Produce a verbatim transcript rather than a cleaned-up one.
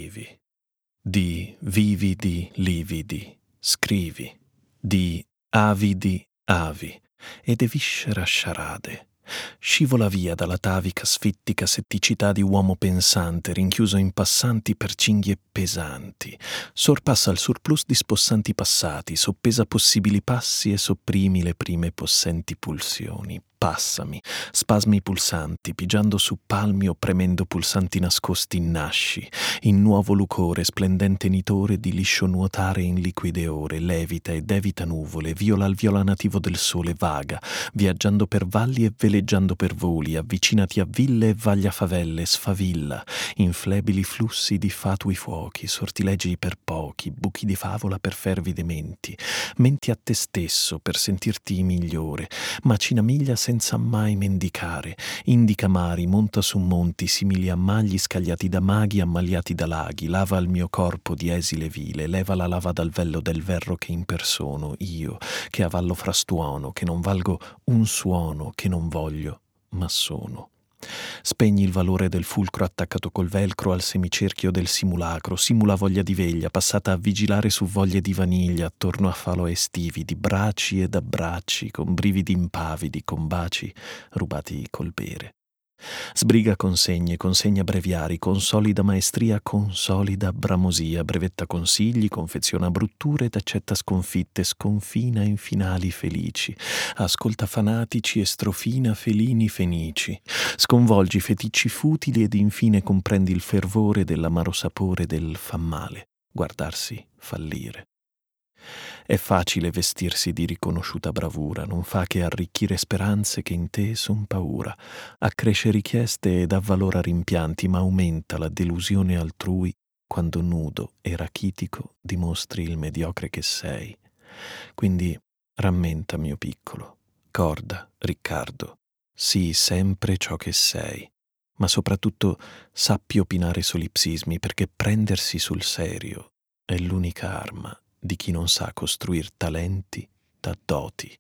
scrivi, di vividi lividi, scrivi, di avidi avi, e de viscera sciarade. Scivola via dall'atavica sfittica setticità di uomo pensante, rinchiuso in passanti per cinghie pesanti. Sorpassa il surplus di spossanti passati, soppesa possibili passi e sopprimi le prime possenti pulsioni. Passami, spasmi pulsanti, pigiando su palmi o premendo pulsanti nascosti, nasci, in nuovo lucore, splendente nitore di liscio nuotare in liquide ore, levita ed evita nuvole, viola il viola nativo del sole, vaga, viaggiando per valli e veleggiando per voli, avvicinati a ville e vaglia favelle, sfavilla, in flebili flussi di fatui fuochi, sortilegi per pochi, buchi di favola per fervide menti, menti a te stesso per sentirti migliore, macina miglia senza mai mendicare, indica mari, monta su monti, simili a magli scagliati da maghi, ammaliati da laghi, lava il mio corpo di esile vile, leva la lava dal vello del verro che impersono, io, che avallo frastuono, che non valgo un suono, che non voglio, ma sono. Spegni il valore del fulcro attaccato col velcro al semicerchio del simulacro, simula voglia di veglia, passata a vigilare su voglie di vaniglia, attorno a falò estivi, di braci ed abbracci, con brividi impavidi, con baci rubati col bere. Sbriga consegne, consegna breviari, con solida maestria, con solida bramosia, brevetta consigli, confeziona brutture ed accetta sconfitte, sconfina in finali felici, ascolta fanatici e strofina felini fenici, sconvolgi feticci futili ed infine comprendi il fervore dell'amaro sapore del fa male, guardarsi fallire. È facile vestirsi di riconosciuta bravura, non fa che arricchire speranze che in te son paura, accresce richieste e dà valore a rimpianti, ma aumenta la delusione altrui quando nudo e rachitico dimostri il mediocre che sei. Quindi rammenta, mio piccolo, corda, Riccardo, sii sempre ciò che sei, ma soprattutto sappi opinare solipsismi, perché prendersi sul serio è l'unica arma di chi non sa costruir talenti da doti.